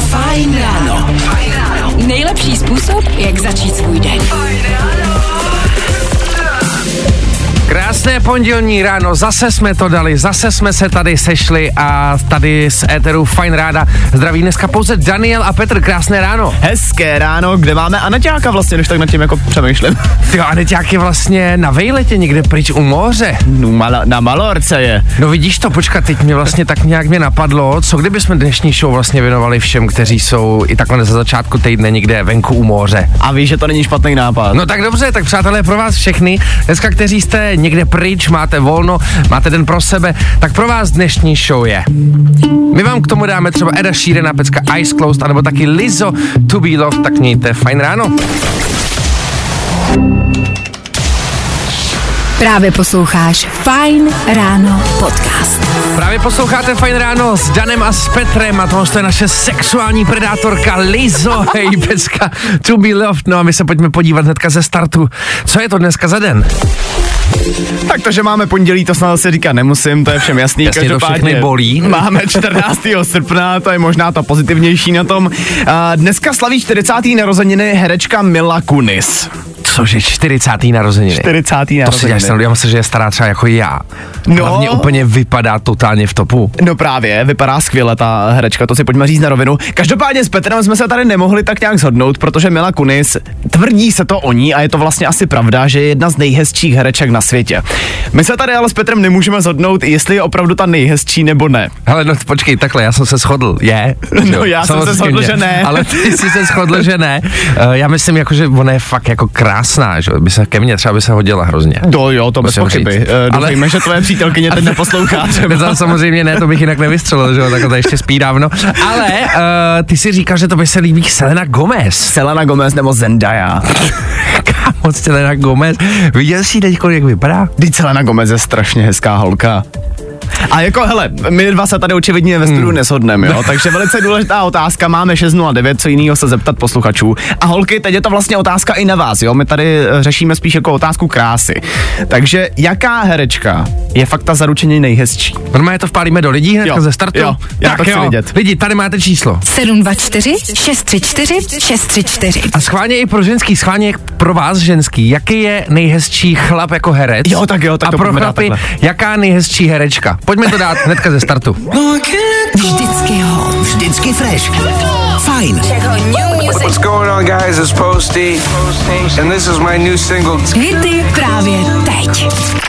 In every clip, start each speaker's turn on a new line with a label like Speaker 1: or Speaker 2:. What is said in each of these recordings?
Speaker 1: Fajn ráno. Nejlepší způsob, jak začít svůj den.
Speaker 2: Krásné pondělní ráno, zase jsme to dali, zase jsme se tady sešli a tady z éteru Fajn ráda zdraví dneska pouze Daniel a Petr, krásné ráno.
Speaker 3: Hezké ráno, kde máme Aneťáka vlastně, když tak nad tím jako přemýšlím.
Speaker 2: Tyjo, Aneťák je vlastně na vejletě někde pryč u moře.
Speaker 3: No, na Malorce je.
Speaker 2: No vidíš to, počkat, teď mě vlastně tak nějak mě napadlo, co kdybychom dnešní show vlastně věnovali všem, kteří jsou i takhle za začátku týdne někde venku u moře.
Speaker 3: A víš, že to není špatný nápad.
Speaker 2: No tak dobře, tak přátelé, pro vás všechny, dneska kteří jste někde pryč, máte volno, máte den pro sebe, tak pro vás dnešní show je. My vám k tomu dáme třeba Eda Sheerana, pecka Eyes Closed, anebo taky Lizzo, To Be Loved, tak mějte fajn ráno.
Speaker 1: Právě posloucháš Fajn ráno podcast.
Speaker 2: Právě posloucháte Fajn ráno s Danem a s Petrem a tohle je naše sexuální predátorka Lizzo, její pecka To Be Loved. No a my se pojďme podívat hnedka ze startu. Co je to dneska za den?
Speaker 3: Tak to, že máme pondělí, to snad se říkat nemusím, to je všem jasný.
Speaker 2: Jasně, to všechny bolí.
Speaker 3: Máme 14. srpna, to je možná to pozitivnější na tom. Dneska slaví 40. narozeniny herečka Mila Kunis.
Speaker 2: Cože, 40. narozeniny?
Speaker 3: 40. narozeniny.
Speaker 2: To si děláš, já myslím, že je stará třeba jako já.
Speaker 3: No.
Speaker 2: Hlavně úplně vypadá totálně v topu.
Speaker 3: No právě, vypadá skvěle ta herečka, to si pojďme říct na rovinu. Každopádně s Petrem jsme se tady nemohli tak nějak shodnout, protože Mila Kunis, tvrdí se to o ní a je to vlastně asi pravda, že je jedna z nejhezčích hereček na světě. My se tady ale s Petrem nemůžeme shodnout, jestli je opravdu ta nejhezčí nebo ne.
Speaker 2: Hele, no počkej, takhle, já jsem se shodl, je?
Speaker 3: No já jsem se shodl, že ne.
Speaker 2: Ale ty jsi se shodl, že ne. Já myslím, jako, že ona je fakt jako krásná, že by se ke mně třeba by se hodila hrozně.
Speaker 3: Jo, to bez pochyby. Doufejme, že tvoje přítelkyně teď neposlouchá.
Speaker 2: To samozřejmě ne, to bych jinak nevystřelil, že jo, tak to ještě spí dávno. Ale ty si říkal, že to by se líbí Selena Gomez.
Speaker 3: Selena Gomez nebo Zendaya.
Speaker 2: Kámo, Selena Gomez. Viděl jsi teď, jak vypadá?
Speaker 3: Teď Selena Gomez je strašně hezká holka. A jako, hele, my dva se tady očividně ve studiu neshodneme, jo, takže velice důležitá otázka, máme 609, co jinýho se zeptat posluchačů. A holky, teď je to vlastně otázka i na vás, jo, my tady řešíme spíš jako otázku krásy. Takže jaká herečka je fakt ta zaručeně nejhezčí?
Speaker 2: Normálně to vpálíme do lidí hnedka ze startu?
Speaker 3: Jo, já to chci vidět.
Speaker 2: Lidi, tady máte číslo.
Speaker 1: 724 634 634.
Speaker 2: A schválně i pro ženský, schválně pro vás ženský, jaký je nejhezčí chlap jako herec?
Speaker 3: Jo, tak
Speaker 2: a
Speaker 3: to
Speaker 2: pro chlapy, jaká nejhezčí herečka? Pojďme to dát hnedka ze startu.
Speaker 1: Vždycky hot.
Speaker 4: Vždycky fresh. Fajn.
Speaker 1: Check out new music.
Speaker 5: What's going on, guys? It's Posty, and this is my new single.
Speaker 1: Hity právě teď.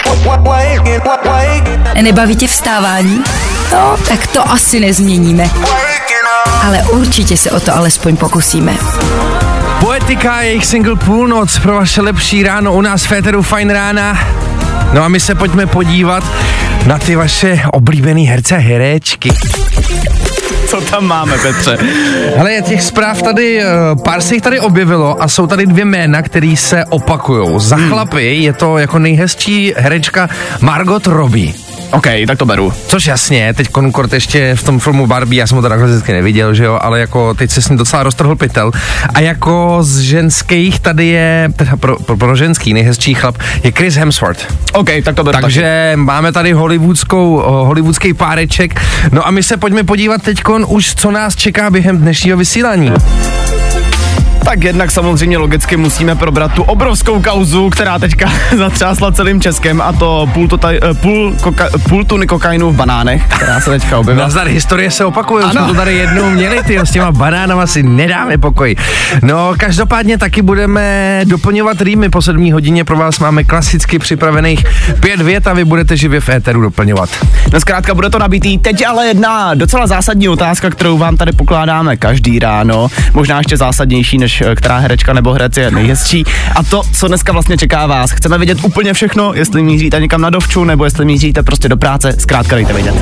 Speaker 1: Nebaví tě vstávání? No, tak to asi nezměníme. Ale určitě se o to alespoň pokusíme.
Speaker 2: Poetika, jejich single Půlnoc pro vaše lepší ráno u nás v éteru Fajn rána. No a my se pojďme podívat na ty vaše oblíbený herce a herečky.
Speaker 3: Co tam máme, Petře?
Speaker 2: Hele, těch zpráv tady, pár se jich tady objevilo a jsou tady dvě jména, které se opakujou. Za chlapy je to jako nejhezčí herečka Margot Robbie.
Speaker 3: OK, tak to beru.
Speaker 2: Což jasně, teď Concord ještě v tom filmu Barbie, já jsem ho teda vždycky neviděl, že jo, ale jako teď se s ním docela roztrhl pytel. A jako z ženských tady je, teda pro ženský nejhezčí chlap je Chris Hemsworth.
Speaker 3: OK, tak to beru.
Speaker 2: Takže máme tady hollywoodský páreček. No a my se pojďme podívat teďkon už, co nás čeká během dnešního vysílání.
Speaker 3: Tak jednak samozřejmě logicky musíme probrat tu obrovskou kauzu, která teďka zatřásla celým Českem, a to půl tuny kokainu v banánech, která se teďka objevila.
Speaker 2: Nazdar, historie se opakuje, jsme to tady jednou měli, tyjo, s těma banánama si nedáme pokoj. No, každopádně taky budeme doplňovat rýmy po 7 hodině, pro vás máme klasicky připravených 5 vět a vy budete živě v éteru doplňovat.
Speaker 3: No zkrátka bude to nabitý, teď ale jedna docela zásadní otázka, kterou vám tady pokládáme každý ráno, možná ještě zásadnější, než která herečka nebo herec je nejhezčí. A to, co dneska vlastně čeká vás. Chceme vědět úplně všechno, jestli míříte někam na dovču, nebo jestli míříte prostě do práce, zkrátka dejte vědět.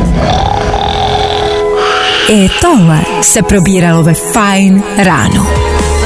Speaker 1: I tohle se probíralo ve Fajn ráno.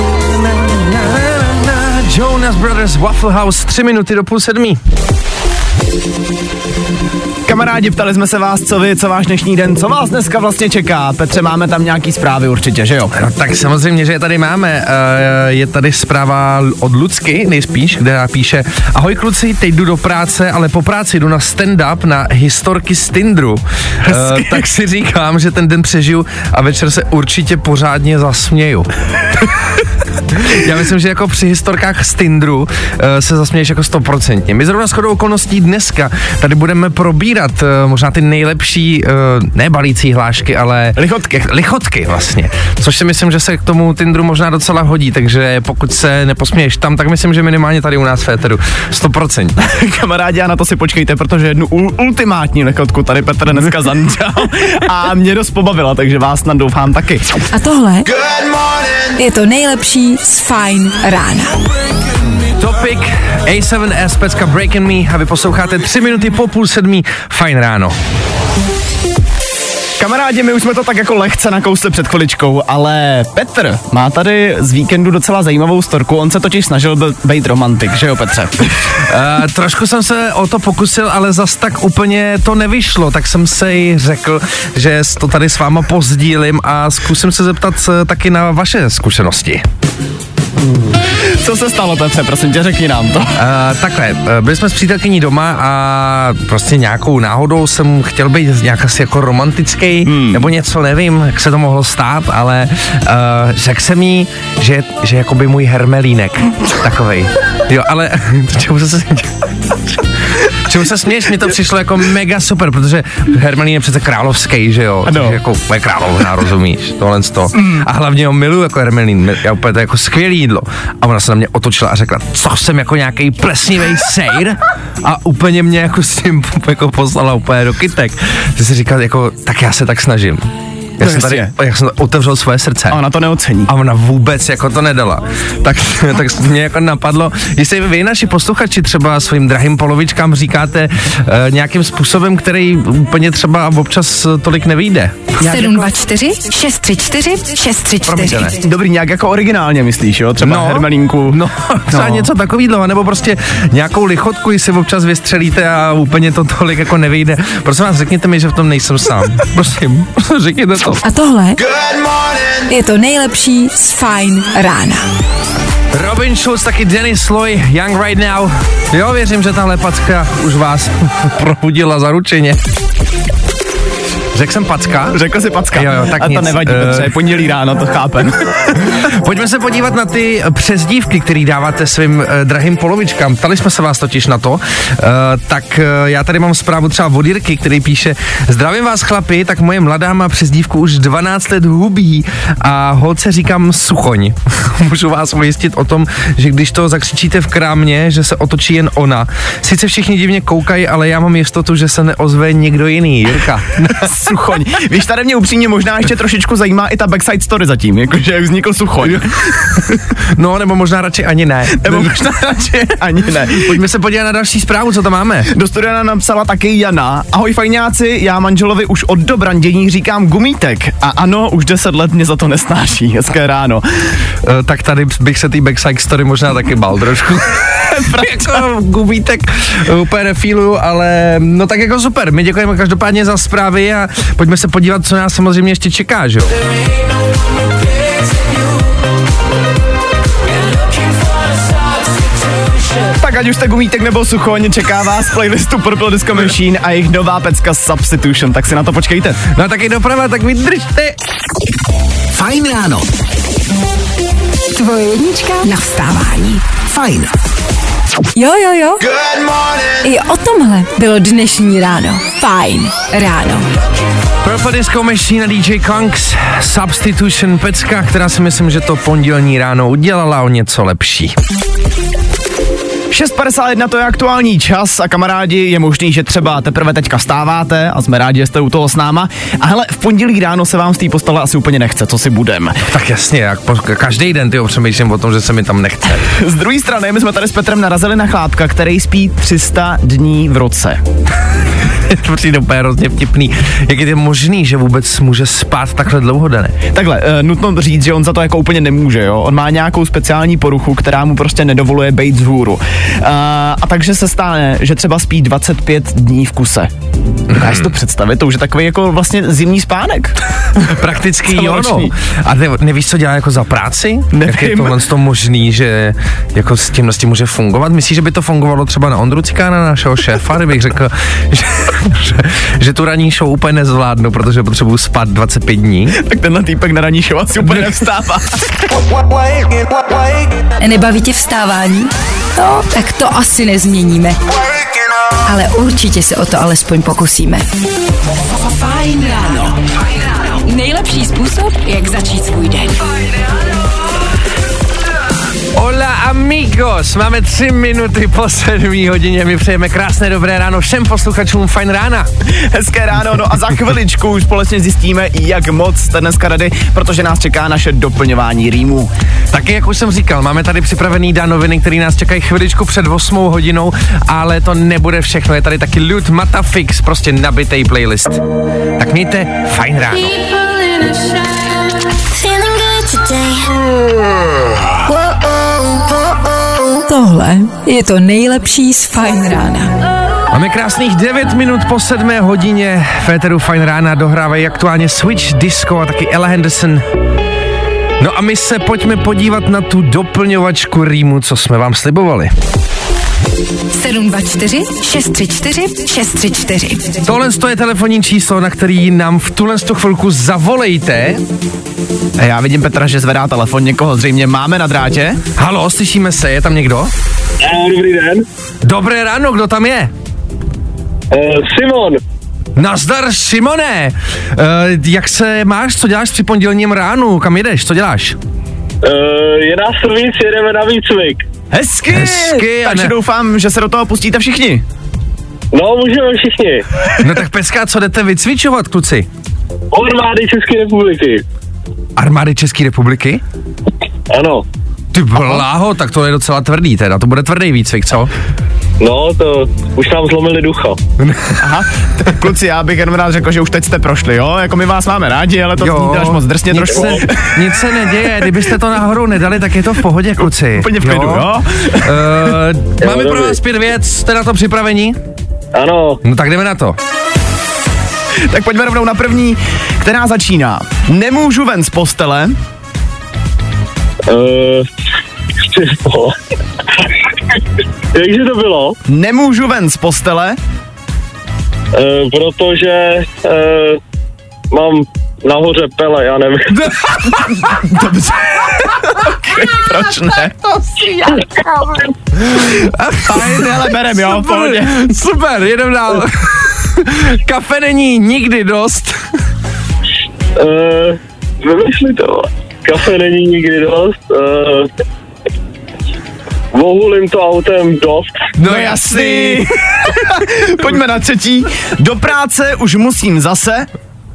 Speaker 2: Jonas Brothers, Waffle House, 3 minuty do 6:30.
Speaker 3: Kamarádi, ptali jsme se vás, co váš dnešní den, co vás dneska vlastně čeká. Petře, máme tam nějaký zprávy určitě, že jo?
Speaker 2: No, tak samozřejmě, že je tady máme. Je tady zpráva od Lucky, nejspíš, kde píše: ahoj kluci, teď jdu do práce, ale po práci jdu na stand-up na historky z Tinderu. Tak si říkám, že ten den přežiju a večer se určitě pořádně zasměju. Já myslím, že jako při historkách z Tinderu se zasměješ jako 100%. My zrovna shodou okolností dneska tady budeme probírat možná ty nejlepší, ne balící hlášky, ale lichotky vlastně. Což si myslím, že se k tomu Tinderu možná docela hodí, takže pokud se neposměješ tam, tak myslím, že minimálně tady u nás v éteru 100%.
Speaker 3: Kamarádi, a na to si počkejte, protože jednu ultimátní lichotku tady Petr dneska zančal a mě dost pobavila, takže vás snad doufám taky.
Speaker 1: A tohle je to nejlepší z Fajn rána.
Speaker 2: Topic A7S, pecka Breaking Me a vy posloucháte 3 minuty po 6:30 Fajn ráno.
Speaker 3: Kamarádi, my už jsme to tak jako lehce nakousli před chviličkou, ale Petr má tady z víkendu docela zajímavou storku, on se totiž snažil být romantik, že jo Petře?
Speaker 2: Trošku jsem se o to pokusil, ale zas tak úplně to nevyšlo, tak jsem se jí řekl, že to tady s váma pozdílím a zkusím se zeptat taky na vaše zkušenosti.
Speaker 3: Co se stalo, Petře, prosím tě, řekni nám to.
Speaker 2: Takhle, byli jsme s přítelkyní doma a prostě nějakou náhodou jsem chtěl být nějak asi jako romantický, nebo něco, nevím, jak se to mohlo stát, ale řekl jsem jí, že jakoby můj hermelínek, takovej. Jo, ale čemu se směješ, mi to přišlo jako mega super, protože hermelín je přece královský, že jo,
Speaker 3: ano.
Speaker 2: Jako je královna, rozumíš, tohle to. A hlavně ho miluju jako hermelín, já úplně to jako skvělý jídlo. A ona se na mě otočila a řekla, co jsem jako nějaký plesnivý sejr, a úplně mě jako s tím jako poslala úplně do kytek. Ty si říkal jako, tak já se tak snažím. Já jsem otevřel své srdce.
Speaker 3: A ona to neocení.
Speaker 2: A ona vůbec jako to nedala. Tak mě jako napadlo, jestli vy naši posluchači třeba svým drahým polovičkám říkáte nějakým způsobem, který úplně třeba občas tolik nevyjde.
Speaker 1: 724 634 634.
Speaker 3: Dobrý, nějak jako originálně myslíš, jo? Třeba hermelínku.
Speaker 2: No, třeba něco takovýhle, nebo prostě nějakou lichotku, jestli občas vystřelíte a úplně to tolik jako nevyjde. Prosím vás, řekněte mi, že v tom nejsem sám. Prosím, řekněte to.
Speaker 1: A tohle je to nejlepší z Fajn rána.
Speaker 2: Robin Schulz, taky Dennis Loy, Young Right Now. Jo, věřím, že tahle packa už vás probudila zaručeně. Řekl jsem packa?
Speaker 3: Řekl jsi packa.
Speaker 2: Jo, tak
Speaker 3: a
Speaker 2: nic.
Speaker 3: To nevadí, Petře, pondělí ráno, to chápem.
Speaker 2: Pojďme se podívat na ty přezdívky, které dáváte svým drahým polovičkám. Ptali jsme se vás totiž na to. Tak já tady mám zprávu třeba od Jirky, který píše: zdravím vás chlapi, tak moje mladá má přezdívku už 12 let hubí a holce říkám Suchoň. Můžu vás ujistit o tom, že když to zakřičíte v krámě, že se otočí jen ona. Sice všichni divně koukají, ale já mám jistotu, že se neozve někdo jiný. Jirka.
Speaker 3: Suchoň. Víš, tady mě upřímně možná ještě trošičku zajímá i ta backside story zatím, jakože jak vznikl Suchoň.
Speaker 2: No, nebo možná radši ani ne. Pojďme se podívat na další zprávu, co tam máme.
Speaker 3: Do studia nám napsala taky Jana. Ahoj fajňáci, já manželovi už od dobrandění říkám gumítek. A ano, už 10 let mě za to nesnáší. Hezké ráno.
Speaker 2: Tak tady bych se tý backside story možná taky bál trošku. Jako gumítek úplně nefíluju, ale no tak jako super. My děkujeme každopádně za zprávy a pojďme se podívat, co nás samozřejmě ještě čeká, že jo?
Speaker 3: Tak ať už jste gumítek nebo Suchoň, čeká vás playlistu Purple Disco Machine a jejich nová pecka Substitution, tak si na to počkejte.
Speaker 2: No tak i doprava, tak vydržte.
Speaker 4: Fajn ráno.
Speaker 1: Tvoje jednička na vstávání.
Speaker 4: Fajn.
Speaker 1: Jo. I o tomhle bylo dnešní ráno. Fajn ráno.
Speaker 2: Purple Disco Machine a DJ Kongs, Substitution, pecka, která si myslím, že to pondělní ráno udělala o něco lepší.
Speaker 3: 6:51, to je aktuální čas a kamarádi, je možný, že třeba teprve teďka vstáváte a jsme rádi, že jste u toho s náma. A hele, v pondělí ráno se vám z té postele asi úplně nechce, co si budem.
Speaker 2: Tak jasně, jak každý den přemýšlím o tom, že se mi tam nechce.
Speaker 3: Z druhé strany, my jsme tady s Petrem narazili na chlápka, který spí 300 dní v roce.
Speaker 2: Přijde úplně hrozně vtipný. Jak je to možný, že vůbec může spát takhle dlouho, Dane?
Speaker 3: Takhle, nutno říct, že on za to jako úplně nemůže, jo. On má nějakou speciální poruchu, která mu prostě nedovoluje bejt vzhůru. A takže se stane, že třeba spí 25 dní v kuse. Dokážeš si to představit? To už je takový jako vlastně zimní spánek.
Speaker 2: Prakticky jo, no. A nevíš, co dělá jako za práci?
Speaker 3: Nevím.
Speaker 2: Jak je to možný, že jako s tím může fungovat? Myslíš, že by to fungovalo třeba na Ondru Cikána, našeho šéfa, kdybych řekl, že tu ranní show úplně nezvládnu, protože potřebuju spát 25 dní?
Speaker 3: Tak tenhle týpek na ranní show asi úplně nevstává.
Speaker 1: Nebaví tě vstávání? No, tak to asi nezměníme. Ale určitě se o to alespoň pokusíme.
Speaker 4: Fajn ráno.
Speaker 1: Nejlepší způsob, jak začít svůj den.
Speaker 2: Hola amigos, máme 3 minuty po 7 hodině, my přejeme krásné dobré ráno všem posluchačům Fajn rána.
Speaker 3: Hezké ráno, no a za chviličku už společně zjistíme, jak moc jste dneska ready, protože nás čeká naše doplňování rýmů.
Speaker 2: Taky, jak už jsem říkal, máme tady připravený danoviny, které nás čekají chviličku před 8 hodinou, ale to nebude všechno, je tady taky Lud Matafix, prostě nabitej playlist. Tak mějte Fajn ráno.
Speaker 1: Tohle je to nejlepší z Fajn rána.
Speaker 2: Máme krásných 9 minut po 7 hodině. V éteru Fajn rána dohrávají aktuálně Switch Disco a taky Ella Henderson. No a my se pojďme podívat na tu doplňovačku rýmu, co jsme vám slibovali.
Speaker 1: 724 634 634.
Speaker 2: Tohle je telefonní číslo, na který nám v tuhle chvilku zavolejte.
Speaker 3: A já vidím Petra, že zvedá telefon, někoho zřejmě máme na drátě.
Speaker 2: Halo, slyšíme se, je tam někdo?
Speaker 6: Dobrý den.
Speaker 2: Dobré ráno, kdo tam je?
Speaker 6: Simon.
Speaker 2: Nazdar, Simone. Jak se máš, co děláš při pondělním ránu, kam jedeš, co děláš?
Speaker 6: Je nás servis, jedeme na výcvik.
Speaker 3: Hezky. Takže doufám, že se do toho pustíte všichni.
Speaker 6: No, můžeme všichni.
Speaker 2: No tak Pecka, co jdete vycvičovat, kluci?
Speaker 6: Armády České republiky.
Speaker 2: Armády České republiky?
Speaker 6: Ano.
Speaker 2: Ty bláho, tak to je docela tvrdý teda, to bude tvrdý výcvik, co?
Speaker 6: No, to už nám zlomili ducha.
Speaker 3: Aha, kluci, já bych jenom rád řekl, že už teď jste prošli, jo? Jako my vás máme rádi, ale to zní až moc drsně trošku.
Speaker 2: Nic se neděje, kdybyste to náhodou nedali, tak je to v pohodě, kluci.
Speaker 3: Úplně v klidu, jo?
Speaker 2: Máme pro vás 5 věc, jste na to připraveni?
Speaker 6: Ano.
Speaker 2: No tak jdeme na to.
Speaker 3: Tak pojďme rovnou na první, která začíná. Nemůžu ven z postele.
Speaker 6: Jakže to bylo?
Speaker 3: Nemůžu ven z postele.
Speaker 6: Protože mám nahoře pele, já nevím.
Speaker 3: Dobře. Okay, proč ne? Fajn, ale berem, jo, v pohodě.
Speaker 2: Super, jedem dál. Kafe není nikdy dost.
Speaker 6: Vymyšli to. Kafe není nikdy dost. Vohulím to autem dost.
Speaker 3: No jasný. Pojďme na třetí. Do práce už musím zase.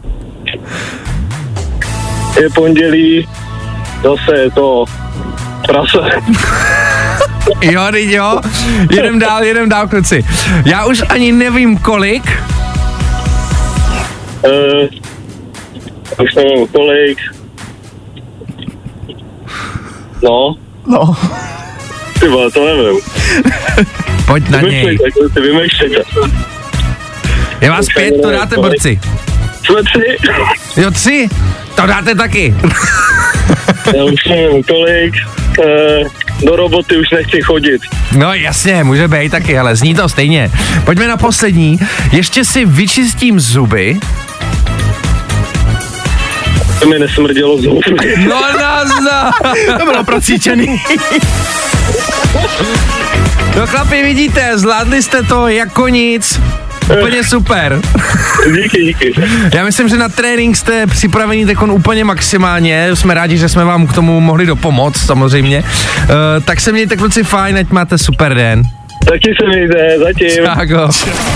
Speaker 6: Je pondělí, zase je to prase.
Speaker 2: Jo, jedem dál, kluci. Já už ani nevím kolik.
Speaker 6: Už nevím kolik. No. Tyba, to nevím.
Speaker 2: Pojď na něj.
Speaker 6: Vymýšlejte.
Speaker 2: Je vás 5, to dáte, borci.
Speaker 6: Jsme 3.
Speaker 2: Jo, 3, to dáte taky.
Speaker 6: Já už nevím kolik. Do roboty už nechci chodit.
Speaker 2: No jasně, může být taky, ale zní to stejně. Pojďme na poslední. Ještě si vyčistím zuby.
Speaker 6: To mi nesmrdělo zuby.
Speaker 2: No nazdar.
Speaker 3: To bylo procíčený.
Speaker 2: No chlapi, vidíte, zvládli jste to jako nic. Úplně super.
Speaker 6: Díky.
Speaker 2: Já myslím, že na trénink jste připraveni tekon úplně maximálně. Jsme rádi, že jsme vám k tomu mohli dopomoct, samozřejmě. Tak se mějte, kluci, fajn, ať máte super den.
Speaker 6: Taky se mějte, zatím.
Speaker 2: Čágo.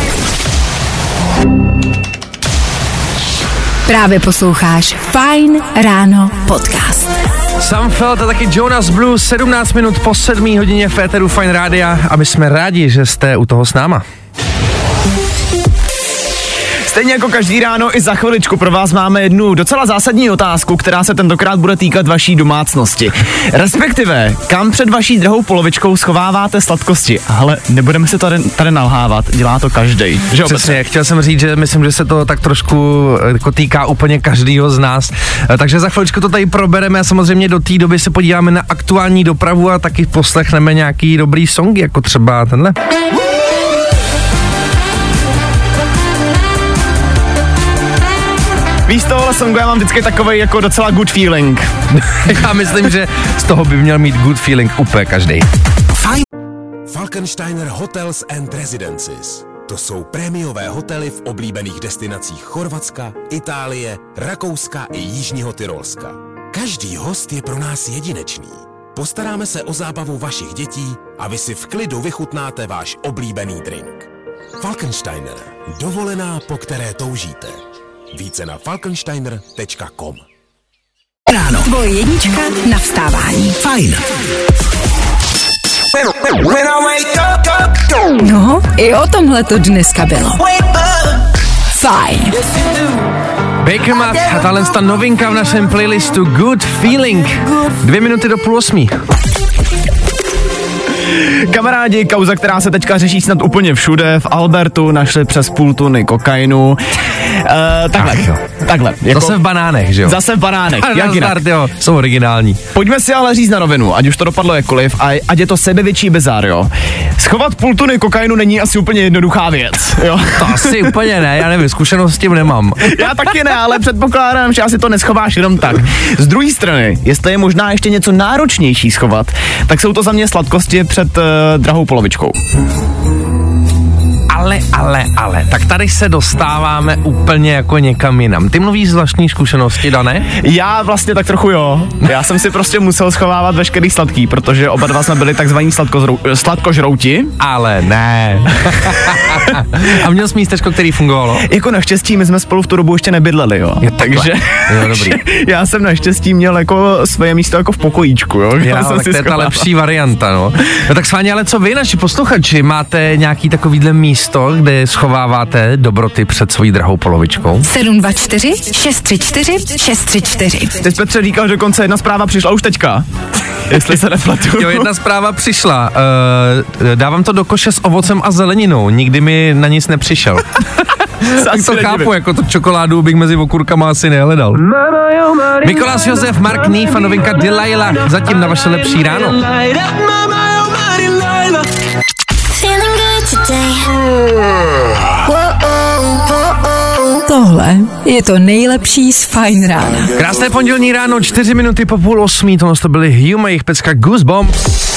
Speaker 1: Právě posloucháš Fajn ráno podcast.
Speaker 2: Sam Feld a taky Jonas Blue, 17 minut po 7 hodině v éteru Fajn rádia a my jsme rádi, že jste u toho s náma.
Speaker 3: Stejně jako každý ráno i za chviličku pro vás máme jednu docela zásadní otázku, která se tentokrát bude týkat vaší domácnosti. Respektive, kam před vaší drahou polovičkou schováváte sladkosti. Ale nebudeme se tady nalhávat, dělá to každej.
Speaker 2: Přesně, chtěl jsem říct, že myslím, že se to tak trošku jako týká úplně každýho z nás. Takže za chviličku to tady probereme a samozřejmě do té doby se podíváme na aktuální dopravu a taky poslechneme nějaký dobrý songy, jako třeba tenhle.
Speaker 3: Víš, z tohohle songu já mám vždycky takovej jako docela good feeling.
Speaker 2: Já myslím, že z toho by měl mít good feeling úplně každý.
Speaker 7: Falkensteiner Hotels and Residences. To jsou prémiové hotely v oblíbených destinacích Chorvatska, Itálie, Rakouska i Jižního Tyrolska. Každý host je pro nás jedinečný. Postaráme se o zábavu vašich dětí a vy si v klidu vychutnáte váš oblíbený drink. Falkensteiner. Dovolená, po které toužíte. Více na falkensteiner.com.
Speaker 1: Ráno. Tvoje jednička na vstávání.
Speaker 4: Fajn.
Speaker 1: No, i o tomhle to dneska bylo. Fajn.
Speaker 2: Baker Mat a tahle novinka v našem playlistu Good Feeling. 2 minuty do 7:30.
Speaker 3: Kamarádi, kauza, která se teďka řeší snad úplně všude, v Albertu našli přes 0,5 tuny kokainu. Takhle.
Speaker 2: Jako zase v banánech, že jo?
Speaker 3: Zase v banánech, jak jinak.
Speaker 2: Start, jo, jsou originální.
Speaker 3: Pojďme si ale říct na rovinu, ať už to dopadlo jakkoliv, a ať je to sebevětší bizár, jo. Schovat 0,5 tuny kokainu není asi úplně jednoduchá věc, jo.
Speaker 2: To asi úplně ne, já nevím, zkušenost s tím nemám.
Speaker 3: Já taky ne, ale předpokládám, že asi to neschováš jenom tak. Z druhé strany, jestli je možná ještě něco náročnější schovat, tak jsou to za mě sladkosti před drahou polovičkou.
Speaker 2: Ale, tak tady se dostáváme úplně jako někam jinam. Ty mluvíš z vlastní zkušenosti, Dané?
Speaker 3: Já vlastně tak trochu jo. Já jsem si prostě musel schovávat veškerý sladký, protože oba dva jsme byli takzvaní sladkožrouti.
Speaker 2: Ale ne. A měl jsi místečko, který fungovalo?
Speaker 3: Jako naštěstí, my jsme spolu v tu dobu ještě nebydleli, jo. Takže
Speaker 2: jo, dobrý.
Speaker 3: Já jsem naštěstí měl jako svoje místo jako v pokojíčku, jo.
Speaker 2: Tak to je ta lepší varianta, no. No tak schválně, ale co vy, naši posluchači, máte nějaký takovýhle místo, kde schováváte dobroty před svojí drahou polovičkou?
Speaker 1: 724 634 634.
Speaker 3: Ty jsi, Petře, říkal, že dokonce jedna zpráva přišla už teďka. Jestli se nepletu.
Speaker 2: Jo, jedna zpráva přišla. Dávám to do koše s ovocem a zeleninou. Nikdy mi na nic nepřišel. Tak to chápu, jako to čokoládu bych mezi okurkama asi nehledal. Mikolas Josef, Mark Neef a novinka Delilah. Zatím na vaše lepší ráno.
Speaker 1: Tohle je to nejlepší z Fajn rána.
Speaker 2: Krásné pondělní ráno, 4 minuty po 7:30, tohle to byly Hume, jejich pecka Goosebumps.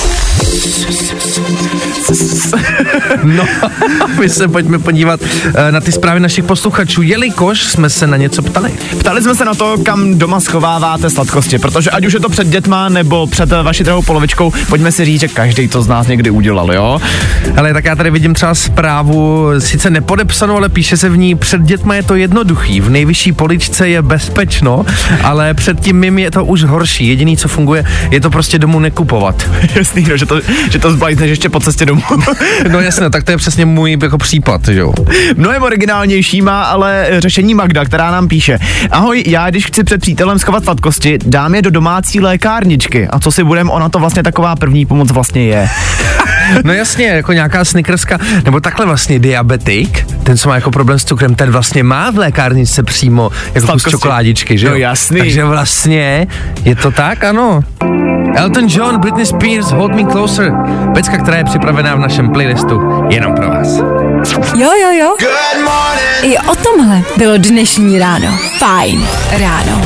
Speaker 2: No, my se pojďme podívat na ty zprávy našich posluchačů, jelikož jsme se na něco ptali.
Speaker 3: Ptali jsme se na to, kam doma schováváte sladkosti, protože ať už je to před dětma nebo před vaší drahou polovičkou, pojďme si říct, že každý to z nás někdy udělal, jo?
Speaker 2: Ale tak já tady vidím třeba zprávu, sice nepodepsanou, ale píše se v ní, před dětma je to jednoduchý, v nejvyšší poličce je bezpečno, ale před tím mým je to už horší, jediný, co funguje, je to prostě domů nekupovat.
Speaker 3: Jasný, no, že to zblajzneš ještě po cestě domů.
Speaker 2: No jasně, tak to je přesně můj jako případ, že jo.
Speaker 3: Mnohem originálnější má ale řešení Magda, která nám píše: ahoj, já když chci před přítelem schovat sladkosti, dám je do domácí lékárničky. A co si budem, ona to vlastně taková první pomoc vlastně je.
Speaker 2: No jasně, jako nějaká snickerska, nebo takhle vlastně diabetik, ten, co má jako problém s cukrem, ten vlastně má v lékárničce přímo jako kus čokoládičky, že jo?
Speaker 3: No jasný.
Speaker 2: Takže vlastně je to tak, ano. Elton John, Britney Spears, Hold Me Closer, pecka, která je připravená v našem playlistu jenom pro vás.
Speaker 1: Jo. I o tomhle bylo dnešní ráno. Fajn ráno.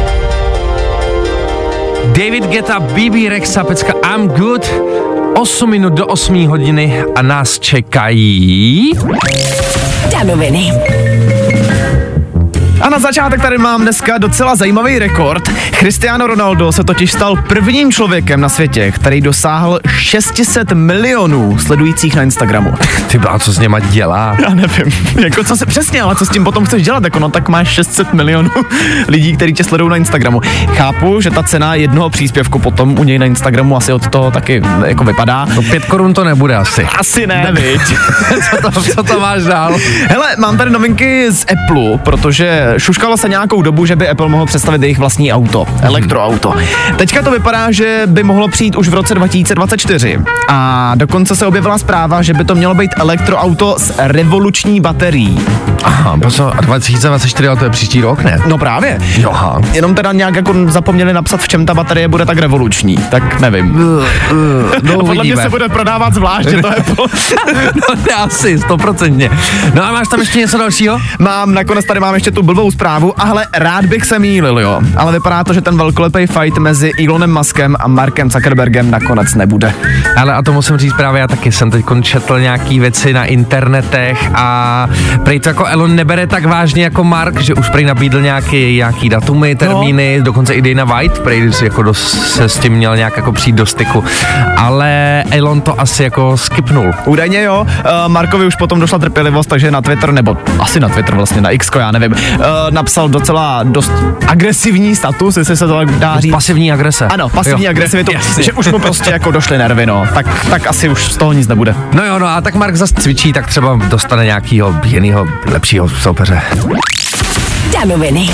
Speaker 2: David Guetta, BB Rexa, pecka I'm Good, 8 minut do 8 hodiny a nás čekají...
Speaker 1: Danoviny.
Speaker 3: A na začátek tady mám dneska docela zajímavý rekord. Cristiano Ronaldo se totiž stal prvním člověkem na světě, který dosáhl 600 milionů sledujících na Instagramu.
Speaker 2: Ty bá, co s něma dělá?
Speaker 3: Já nevím, jako co se přesně, ale co s tím potom chceš dělat, jako no tak máš 600 milionů lidí, kteří tě sledují na Instagramu. Chápu, že ta cena jednoho příspěvku potom u něj na Instagramu asi od toho taky jako vypadá.
Speaker 2: No 5 korun to nebude asi.
Speaker 3: Asi ne, viď?
Speaker 2: co to máš dál?
Speaker 3: Hele, mám tady novinky z Apple, protože šuškalo se nějakou dobu, že by Apple mohl představit jejich vlastní auto, elektroauto. Teďka to vypadá, že by mohlo přijít už v roce 2024 a dokonce se objevila zpráva, že by to mělo být elektroauto s revoluční baterií.
Speaker 2: Aha, a 2024, ale to je příští rok, ne?
Speaker 3: No právě.
Speaker 2: Joha.
Speaker 3: Jenom teda nějak jako zapomněli napsat, v čem ta baterie bude tak revoluční, tak nevím.
Speaker 2: No,
Speaker 3: a podle mě se bude prodávat zvlášť, že to je Apple.
Speaker 2: No ne, asi, 100%. No a máš tam ještě něco dalšího?
Speaker 3: Nakonec tady mám ještě tu blbou zprávu, ale rád bych se mýlil, jo. Ale vypadá to, že ten velkolepý fight mezi Elonem Muskem a Markem Zuckerbergem nakonec nebude.
Speaker 2: Ale a to musím říct právě, já taky jsem teď četl nějaký věci na internetech a prej to jako Elon nebere tak vážně jako Mark, že už prej nabídl nějaký datumy, termíny, dokonce i Dana White, prej jako se s tím měl nějak jako přijít do styku, ale Elon to asi jako skipnul.
Speaker 3: Údajně jo, Markovi už potom došla trpělivost, takže na Twitter, nebo asi na Twitter vlastně, na X, já nevím, napsal docela dost agresivní status, jestli se to dá říct.
Speaker 2: Pasivní agrese.
Speaker 3: Ano, pasivní agresivitu, že už mu prostě jako došly nervy, no, tak asi už z toho nic nebude.
Speaker 2: No jo, no a tak Mark zase cvičí, tak třeba dostane nějakýho jinýho lepšího soupeře.
Speaker 1: Danoviny.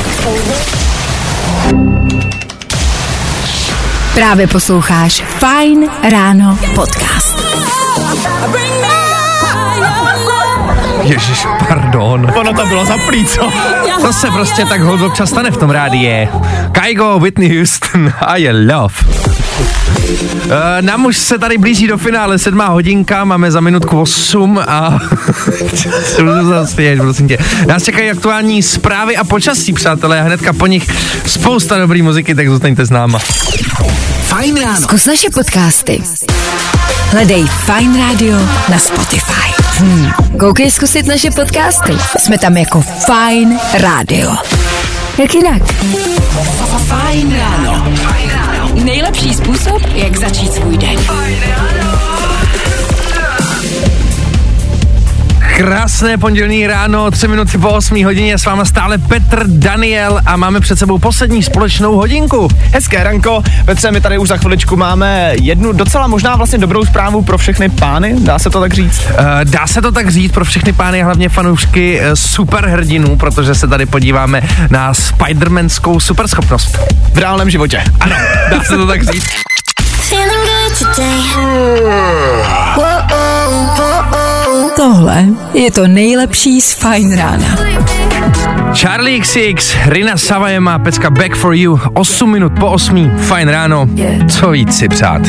Speaker 1: Právě posloucháš Fajn ráno podcast.
Speaker 2: Ježiš, pardon.
Speaker 3: Ono to bylo zaplý, co?
Speaker 2: To se prostě tak hodně občas stane v tom rádie. Kygo, Whitney Houston a je love. Nám už se tady blíží do finále 7 hodinka, máme za minutku 8 a prosím tě. Nás čekají aktuální zprávy a počasí, přátelé, a hnedka po nich spousta dobrý muziky, tak zůstaňte s náma.
Speaker 4: Fajn ráno.
Speaker 1: Zkus naše podcasty. Hledej Fajn Radio na Spotify. Koukej zkusit naše podcasty. Jsme tam jako Fajn Radio. Jak jinak?
Speaker 4: Fajn ráno. Nejlepší způsob, jak začít svůj den.
Speaker 2: Krásné pondělní ráno, 3 minuty po 8 hodině, s váma stále Petr, Daniel a máme před sebou poslední společnou hodinku.
Speaker 3: Hezké ranko, Petře, my tady už za chviličku máme jednu docela možná vlastně dobrou zprávu pro všechny pány, dá se to tak říct?
Speaker 2: Dá se to tak říct pro všechny pány, hlavně fanoušky superhrdinů, protože se tady podíváme na spidermanskou superschopnost.
Speaker 3: V reálném životě.
Speaker 2: Ano, dá se to tak říct.
Speaker 1: Tohle je to nejlepší z Fajn rána.
Speaker 2: Charlie XX, Rina Savajema, pecka Back for You, 8 minut po 8, Fajn ráno, co víc si přát.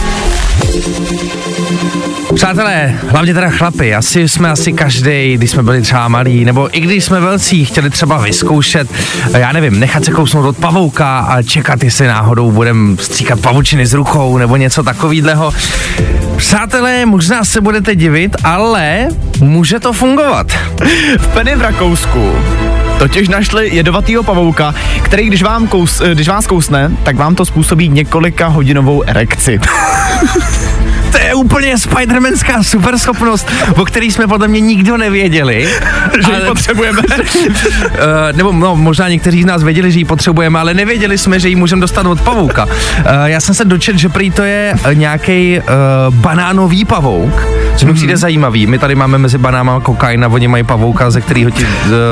Speaker 2: Přátelé, hlavně teda chlapi, jsme každý, když jsme byli třeba malí, nebo i když jsme velcí, chtěli třeba vyzkoušet, já nevím, nechat se kousnout od pavouka a čekat, jestli náhodou budeme stříkat pavučiny s rukou, nebo něco takovýhleho. Přátelé, možná se budete divit, ale může to fungovat.
Speaker 3: V Penny v Rakousku totiž našli jedovatýho pavouka, který když vás kousne, tak vám to způsobí několika hodinovou erekci.
Speaker 2: To je úplně spidermanská superschopnost, o který jsme podle mě nikdo nevěděli.
Speaker 3: Že ji potřebujeme.
Speaker 2: Nebo no, možná někteří z nás věděli, že ji potřebujeme, ale nevěděli jsme, že ji můžeme dostat od pavouka. Já jsem se dočetl, že prý to je nějaký banánový pavouk, co mi přijde zajímavý. My tady máme mezi banáma kokain a oni mají pavouka, ze kterého ti...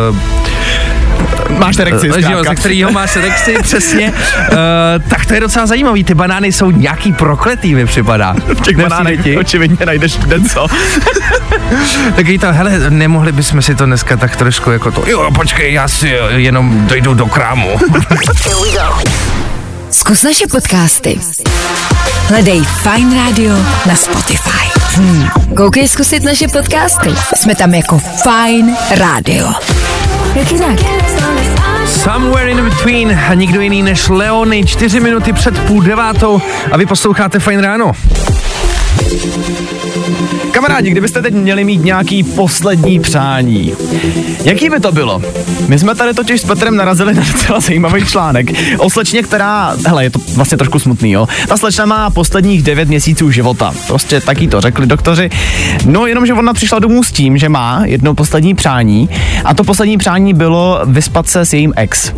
Speaker 3: Máš erekci,
Speaker 2: jo, ze kterýho máš erekci, přesně. Tak to je docela zajímavý, ty banány jsou nějaký prokletý, mi připadá.
Speaker 3: V těch banánech očividně najdeš něco.
Speaker 2: Taky to, hele, nemohli bychom si to dneska tak trošku jako to, jo, počkej, já si jenom dojdu do krámu.
Speaker 1: Zkus naše podcasty. Hledej Fajn Radio na Spotify. Koukej zkusit naše podcasty. Jsme tam jako Fajn Radio. Jak jinak?
Speaker 2: Somewhere in between a nikdo jiný než Leony, 4 minuty před 8:30 a vy posloucháte Fajn ráno.
Speaker 3: Kamarádi, kdybyste teď měli mít nějaký poslední přání, jaký by to bylo? My jsme tady totiž s Petrem narazili na docela zajímavý článek o slečně, která, hele, je to vlastně trošku smutný, jo. Ta slečna má posledních 9 měsíců života. Prostě taky to řekli doktoři. No, jenomže ona přišla domů s tím, že má jedno poslední přání a to poslední přání bylo vyspat se s jejím ex.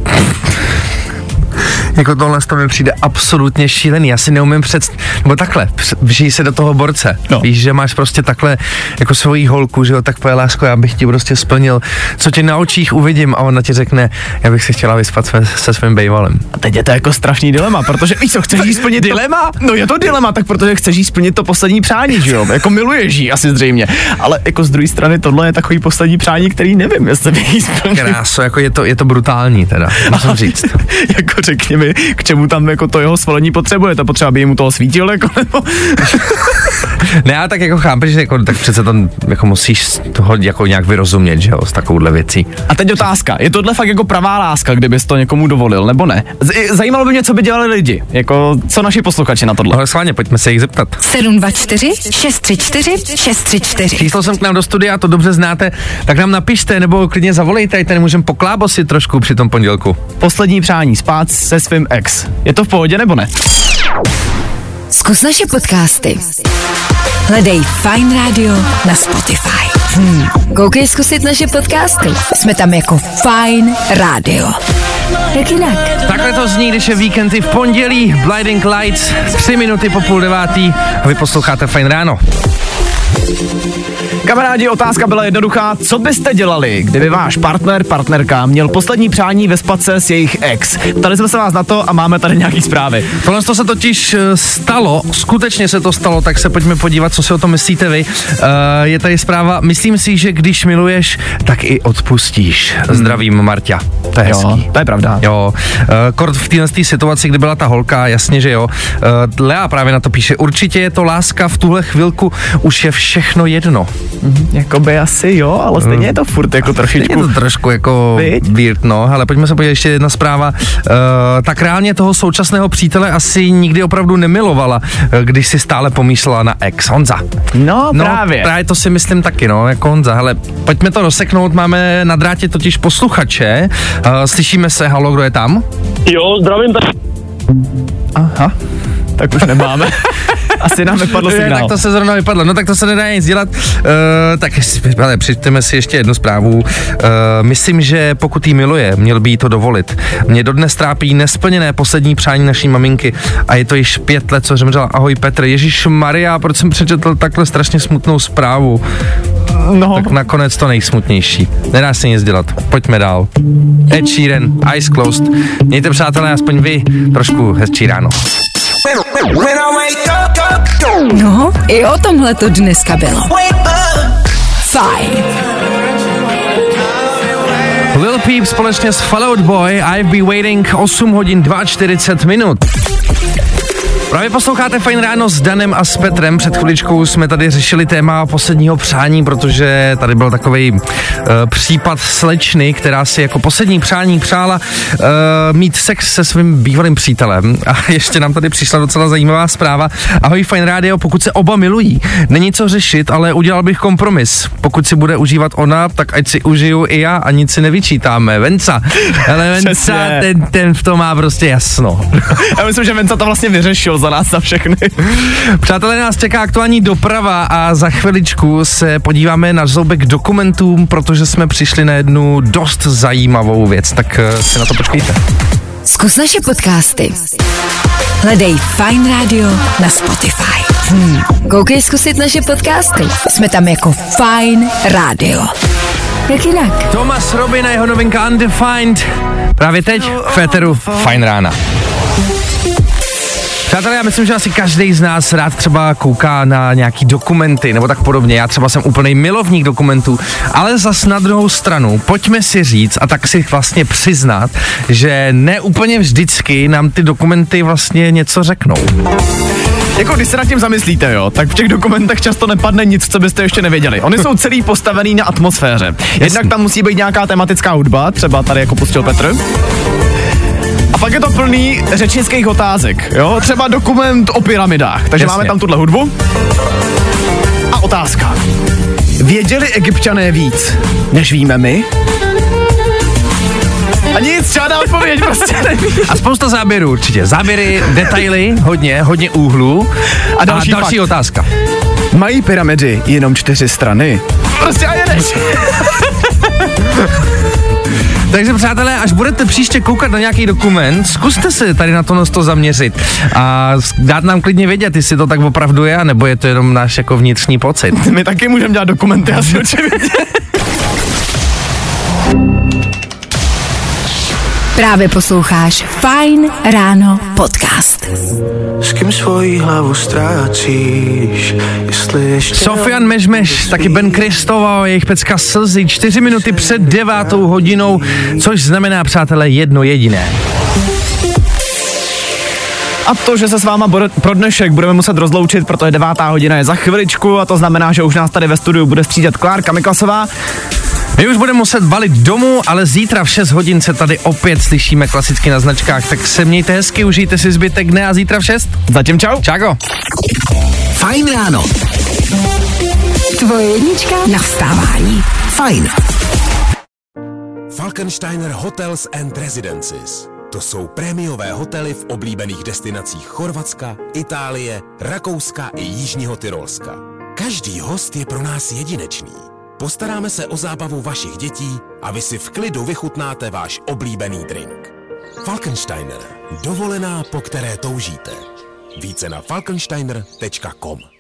Speaker 2: Jako tohle to mi přijde absolutně šílený, já si neumím nebo takhle, vžij se do toho borce, no. Víš, že máš prostě takhle jako svoji holku, že jo, tak poje lásko, já bych ti prostě splnil, co ti na očích uvidím a ona ti řekne, já bych se chtěla vyspat se svým bejvalem.
Speaker 3: A teď je to jako strašný dilema, protože víš co, chceš jí splnit
Speaker 2: dilema?
Speaker 3: No je to dilema, tak protože chceš jí splnit to poslední přání, že jo, jako miluješ jí asi zřejmě, ale jako z druhé strany tohle je takový poslední přání, který nevím, jestli by jí splnil.
Speaker 2: Kráso, jako je to brutální teda, musím říct.
Speaker 3: Jako řekni mi, k čemu tam jako to jeho svolení potřebuje, to potřeba, aby jemu toho svítil, jako nebo...
Speaker 2: Ne, já tak jako chápeš, že jako, tak přece to jako musíš toho jako nějak vyrozumět, že jo, s takovouhle věcí.
Speaker 3: A teď otázka, je tohle fakt jako pravá láska, kdybys to někomu dovolil, nebo ne? Zajímalo by mě, co by dělali lidi, jako co naši posluchači na tohle.
Speaker 2: No, schválně, pojďme se jich zeptat.
Speaker 1: 724 634 634.
Speaker 2: Číslo jsem k nám do studia, to dobře znáte, tak nám napište, nebo klidně zavolejte, tady můžeme poklábosit trošku při tom pondělku.
Speaker 3: Poslední přání, spát se svým ex. Je to v pohodě, nebo ne?
Speaker 1: Zkus naše podcasty. Hledej Fajn Radio na Spotify. Koukej zkusit naše podcasty. Jsme tam jako Fajn Radio. Jak jinak?
Speaker 2: Takhle to zní, když je víkend i v pondělí. Blinding Lights, 3 minuty po 8:30 a vy posloucháte Fajn ráno.
Speaker 3: Kamarádi, otázka byla jednoduchá. Co byste dělali, kdyby váš partnerka měl poslední přání vespat se s jejich ex? Ptali jsme se vás na to a máme tady nějaký zprávy.
Speaker 2: Tohle se totiž stalo, skutečně se to stalo, tak se pojďme podívat, co si o tom myslíte vy. Je tady zpráva, myslím si, že když miluješ, tak i odpustíš. Zdravím, Marťa. To je hezký.
Speaker 3: Jo, to je pravda.
Speaker 2: Jo, kort v téhle situaci, kdy byla ta holka, jasně, že jo. Lea právě na to píše, určitě je to láska, v tuhle chvilku už je všechno jedno.
Speaker 3: Jakoby asi jo, ale stejně je to furt jako trošičku.
Speaker 2: Je to trošku jako weird, no, ale pojďme se podívat, ještě jedna zpráva. Tak reálně toho současného přítele asi nikdy opravdu nemilovala, když si stále pomýšlela na ex. Honza.
Speaker 3: No právě.
Speaker 2: Právě to si myslím taky, no, jako Honza. Hele, pojďme to rozseknout, máme na drátě totiž posluchače. Slyšíme se, halo, kdo je tam?
Speaker 6: Jo, zdravím tady.
Speaker 3: Aha, tak už nemáme. Asi nám vypadlo signál.
Speaker 2: Tak to se zrovna vypadlo, no tak to se nedá nic dělat. Tak přečteme si ještě jednu zprávu. Myslím, že pokud jí miluje, měl by jí to dovolit. Mě dodnes trápí nesplněné poslední přání naší maminky a je to již 5 let, co zemřela. Ahoj Petr, Ježišmarja, proč jsem přečetl takhle strašně smutnou zprávu? No. Tak nakonec to nejsmutnější. Nedá se nic dělat. Pojďme dál. Ed Sheeran, Eyes Closed. Mějte, přátelé, aspoň vy trošku hezčí ráno.
Speaker 1: No, i o tomhle to dneska bylo. Fajn.
Speaker 2: Lil Peep společně s Fall Out Boy, I've been waiting 8 hodin 42 minut. Právě posloucháte Fajn ráno s Danem a s Petrem. Před chviličkou jsme tady řešili téma posledního přání, protože tady byl takovej případ slečny, která si jako poslední přání přála mít sex se svým bývalým přítelem. A ještě nám tady přišla docela zajímavá zpráva. Ahoj Fajn rádio, pokud se oba milují, není co řešit, ale udělal bych kompromis. Pokud si bude užívat ona, tak ať si užiju i já a nic si nevyčítáme. Venca. Ale Venca, ten v tom má prostě jasno.
Speaker 3: Já myslím, že Venca to vlastně vyřešil za nás, za všechny.
Speaker 2: Přátelé, nás čeká aktuální doprava a za chviličku se podíváme na zoubek dokumentům, protože jsme přišli na jednu dost zajímavou věc, tak si na to počkejte.
Speaker 1: Zkus naše podcasty. Hledej Fajn Radio na Spotify. Koukej zkusit naše podcasty. Jsme tam jako Fajn Radio. Jak jinak?
Speaker 2: Thomas Robin a jeho novinka Undefined. Právě teď v éteru Fajn rána. Přátelé, já myslím, že asi každý z nás rád třeba kouká na nějaký dokumenty nebo tak podobně. Já třeba jsem úplný milovník dokumentů, ale zas na druhou stranu, pojďme si říct a tak si vlastně přiznat, že ne úplně vždycky nám ty dokumenty vlastně něco řeknou.
Speaker 3: Jako když se nad tím zamyslíte, jo, tak v těch dokumentech často nepadne nic, co byste ještě nevěděli. Oni jsou celý postavený na atmosféře. Jednak tam musí být nějaká tematická hudba, třeba tady jako pustil Petr. A pak je to plný řečnických otázek, jo? Třeba dokument o pyramidách, takže máme tam tuhle hudbu. A Druhá otázka. Věděli Egypťané víc, než víme my? A nic, žádná odpověď, prostě neví.
Speaker 2: A spousta záběrů určitě. Záběry, detaily, hodně úhlů. A další otázka.
Speaker 3: Mají pyramidy jenom 4 strany? Prostě a jedeš.
Speaker 2: Takže přátelé, až budete příště koukat na nějaký dokument, zkuste se tady na to zaměřit a dát nám klidně vědět, jestli to tak opravdu je, nebo je to jenom náš jako vnitřní pocit.
Speaker 3: My taky můžeme dělat dokumenty, asi očividně.
Speaker 1: Právě posloucháš Fajn ráno podcast.
Speaker 8: S kým svoji hlavu ztrácíš, jestli ještě...
Speaker 2: Sofian Mežmeš, taky Ben Kristova, jejich pecka Slzy, 4 minuty před 9 hodinou, což znamená, přátelé, jedno jediné.
Speaker 3: A to, že se s váma pro dnešek budeme muset rozloučit, protože 9. hodina je za chviličku a to znamená, že už nás tady ve studiu bude střídat Klárka Miklasová.
Speaker 2: My už budeme muset balit domů, ale zítra v 6 hodin se tady opět slyšíme klasicky na značkách, tak se mějte hezky, užijte si zbytek dne a zítra v 6.
Speaker 3: Zatím čau.
Speaker 2: Čáko.
Speaker 4: Fajn ráno.
Speaker 1: Tvoje jednička na vstávání.
Speaker 4: Fajn.
Speaker 7: Falkensteiner Hotels and Residences. To jsou prémiové hotely v oblíbených destinacích Chorvatska, Itálie, Rakouska i Jižního Tyrolska. Každý host je pro nás jedinečný. Postaráme se o zábavu vašich dětí a vy si v klidu vychutnáte váš oblíbený drink. Falkensteiner. Dovolená, po které toužíte. Více na falkensteiner.com.